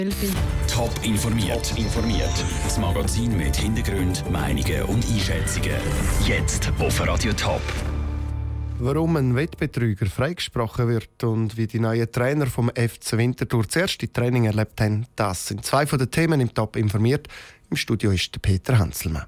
Top informiert. Das Magazin mit Hintergrund, Meinungen und Einschätzungen. Jetzt auf Radio Top. Warum ein Wettbetrüger freigesprochen wird und wie die neuen Trainer vom FC Winterthur das erste Training erlebt haben, das sind zwei von den Themen im Top informiert. Im Studio ist der Peter Hanselmann.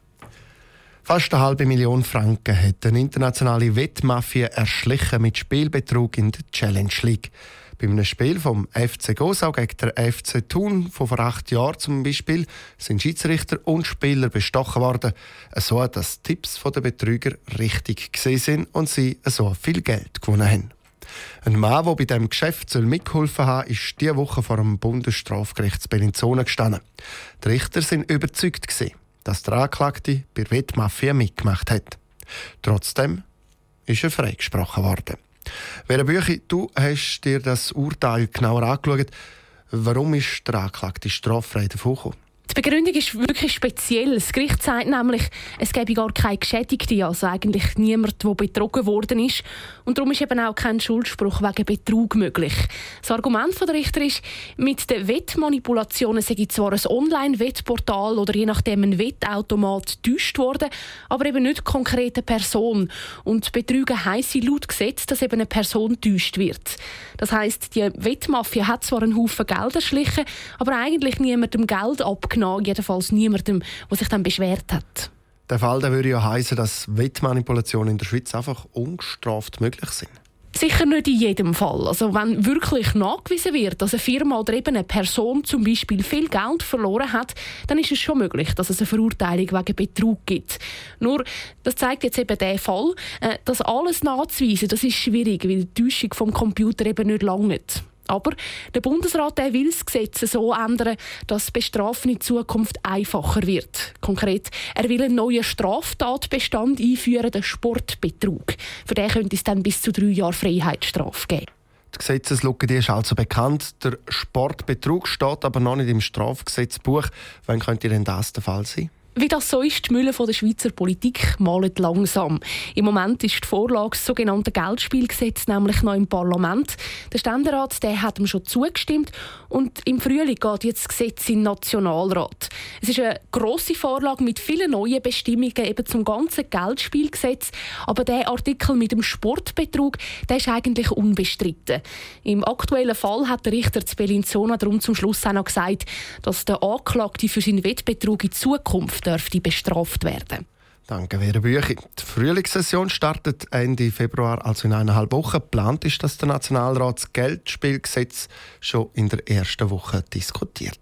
Fast 500.000 Franken hat eine internationale Wettmafia erschlichen mit Spielbetrug in der Challenge League. Bei einem Spiel vom FC Gosau gegen den FC Thun von vor 8 Jahren zum Beispiel sind Schiedsrichter und Spieler bestochen worden, so dass die Tipps der Betrüger richtig gesehen sind und sie so viel Geld gewonnen haben. Ein Mann, der bei diesem Geschäft mitgeholfen hat, ist diese Woche vor dem Bundesstrafgericht Bellinzona gestanden. Die Richter sind überzeugt, dass der Anklagte bei der Wettmafia mitgemacht hat. Trotzdem ist er freigesprochen worden. Vera Büchi, du hast dir das Urteil genauer angeschaut. Warum ist der Anklagte straffrei davongekommen? Die Begründung ist wirklich speziell. Das Gericht sagt nämlich, es gäbe gar keine Geschädigte, also eigentlich niemand, der betrogen worden ist. Und darum ist eben auch kein Schuldspruch wegen Betrug möglich. Das Argument der Richter ist, mit den Wettmanipulationen sei zwar ein Online-Wettportal oder je nachdem ein Wettautomat getäuscht worden, aber eben nicht konkrete Person. Und Betrügen heisse laut Gesetz, dass eben eine Person getäuscht wird. Das heisst, die Wettmafia hat zwar einen Haufen Geld erschlichen, aber eigentlich niemandem Geld abgenommen. Jedenfalls niemandem, der sich dann beschwert hat. Der Fall würde ja heissen, dass Wettmanipulationen in der Schweiz einfach ungestraft möglich sind. Sicher nicht in jedem Fall. Also wenn wirklich nachgewiesen wird, dass eine Firma oder eben eine Person zum Beispiel viel Geld verloren hat, dann ist es schon möglich, dass es eine Verurteilung wegen Betrug gibt. Nur, das zeigt jetzt eben der Fall, das alles nachzuweisen, das ist schwierig, weil die Täuschung vom Computer eben nicht langt. Aber der Bundesrat will das Gesetz so ändern, dass das Bestrafen in Zukunft einfacher wird. Konkret, er will einen neuen Straftatbestand einführen, den Sportbetrug. Für den könnte es dann bis zu 3 Jahre Freiheitsstrafe geben. Die Gesetzeslücke die ist also bekannt. Der Sportbetrug steht aber noch nicht im Strafgesetzbuch. Wann könnte denn das der Fall sein? Wie das so ist, die Mühlen der Schweizer Politik malen langsam. Im Moment ist die Vorlage des sogenannten Geldspielgesetz nämlich noch im Parlament. Der Ständerat hat ihm schon zugestimmt und im Frühling geht jetzt das Gesetz in den Nationalrat. Es ist eine grosse Vorlage mit vielen neuen Bestimmungen eben zum ganzen Geldspielgesetz. Aber der Artikel mit dem Sportbetrug, der ist eigentlich unbestritten. Im aktuellen Fall hat der Richter zu Bellinzona darum zum Schluss auch noch gesagt, dass der Anklagte für seinen Wettbetrug in Zukunft dürfte bestraft werden. Danke, Vera Büchi. Die Frühlingssession startet Ende Februar, also in 1,5 Wochen. Geplant ist, dass der Nationalrat das Geldspielgesetz schon in der ersten Woche diskutiert.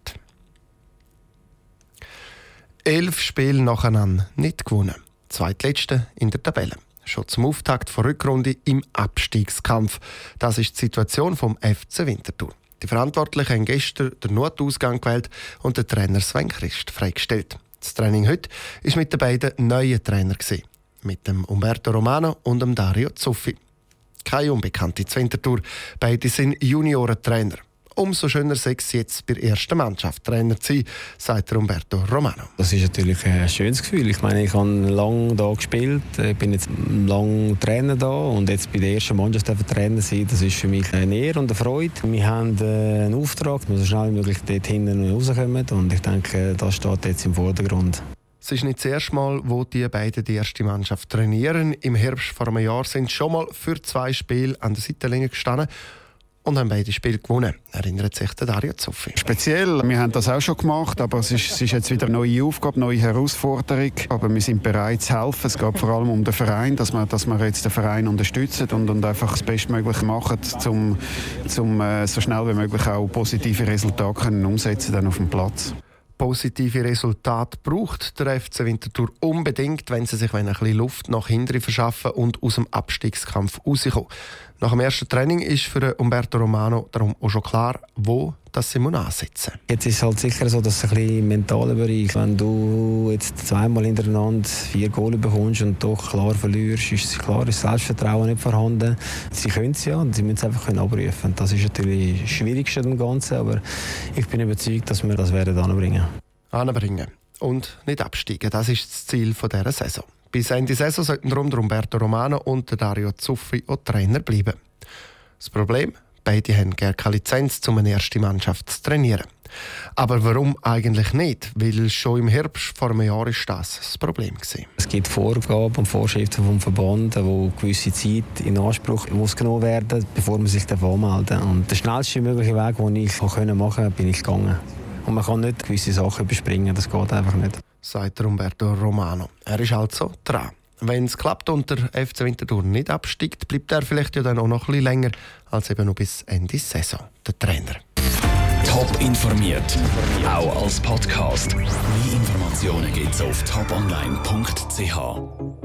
11 Spiele nacheinander nicht gewonnen. Zweitletzte in der Tabelle. Schon zum Auftakt der Rückrunde im Abstiegskampf. Das ist die Situation vom FC Winterthur. Die Verantwortlichen haben gestern den Notausgang gewählt und den Trainer Sven Christ freigestellt. Das Training heute war mit den beiden neuen Trainern, mit dem Umberto Romano und dem Dario Zuffi. Keine Unbekannte zu Winterthur, beide sind Juniorentrainer. Umso schöner sei es jetzt bei der ersten Mannschaft Trainer zu sein, sagt Umberto Romano. Das ist natürlich ein schönes Gefühl. Ich meine, ich habe lange hier gespielt, bin jetzt lange Trainer da und jetzt bei der ersten Mannschaft Trainer sein, das ist für mich eine Ehre und eine Freude. Wir haben einen Auftrag, dass wir so schnell wie möglich dort hinten rauskommen und ich denke, das steht jetzt im Vordergrund. Es ist nicht das erste Mal, wo die beiden die erste Mannschaft trainieren. Im Herbst vor einem Jahr sind sie schon mal für 2 Spiele an der Seitenlinie gestanden und haben beide Spiele gewonnen, erinnert sich der Dario Zuffi. Speziell, wir haben das auch schon gemacht, aber es ist jetzt wieder eine neue Aufgabe, neue Herausforderung. Aber wir sind bereit zu helfen. Es geht vor allem um den Verein, dass wir jetzt den Verein unterstützen und einfach das Bestmögliche machen, um so schnell wie möglich auch positive Resultate umsetzen dann auf dem Platz. Positive Resultate braucht der FC Winterthur unbedingt, wenn sie sich ein bisschen Luft nach hinten verschaffen und aus dem Abstiegskampf rauskommen. Nach dem ersten Training ist für Umberto Romano darum auch schon klar, wo das sie ansetzen muss. Jetzt ist es halt sicher so, dass es ein bisschen im mentalen Bereich, wenn du jetzt 2-mal hintereinander 4 Goal bekommst und doch klar verlierst, ist klar, das Selbstvertrauen nicht vorhanden. Sie können es ja und sie müssen es einfach abrufen. Das ist natürlich das Schwierigste am Ganzen, aber ich bin überzeugt, dass wir das werden anbringen. Anbringen und nicht absteigen, das ist das Ziel dieser Saison. Bis Ende Saison sollten darum Umberto Romano und Dario Zuffi auch Trainer bleiben. Das Problem? Beide haben gar keine Lizenz, um eine erste Mannschaft zu trainieren. Aber warum eigentlich nicht? Weil schon im Herbst vor einem Jahr ist das Problem gewesen. Es gibt Vorgaben und Vorschriften vom Verband, wo gewisse Zeit in Anspruch muss genommen werden, bevor man sich anmelden darf. Und der schnellste mögliche Weg, den ich machen konnte, bin ich gegangen. Und man kann nicht gewisse Sachen überspringen, das geht einfach nicht. Sagt Umberto Romano. Er ist also dran. Wenn es klappt und der FC Winterthur nicht absteigt, bleibt er vielleicht ja dann auch noch ein bisschen länger als eben noch bis Ende Saison, der Trainer. Top informiert, auch als Podcast. Mehr Informationen gibt's auf toponline.ch.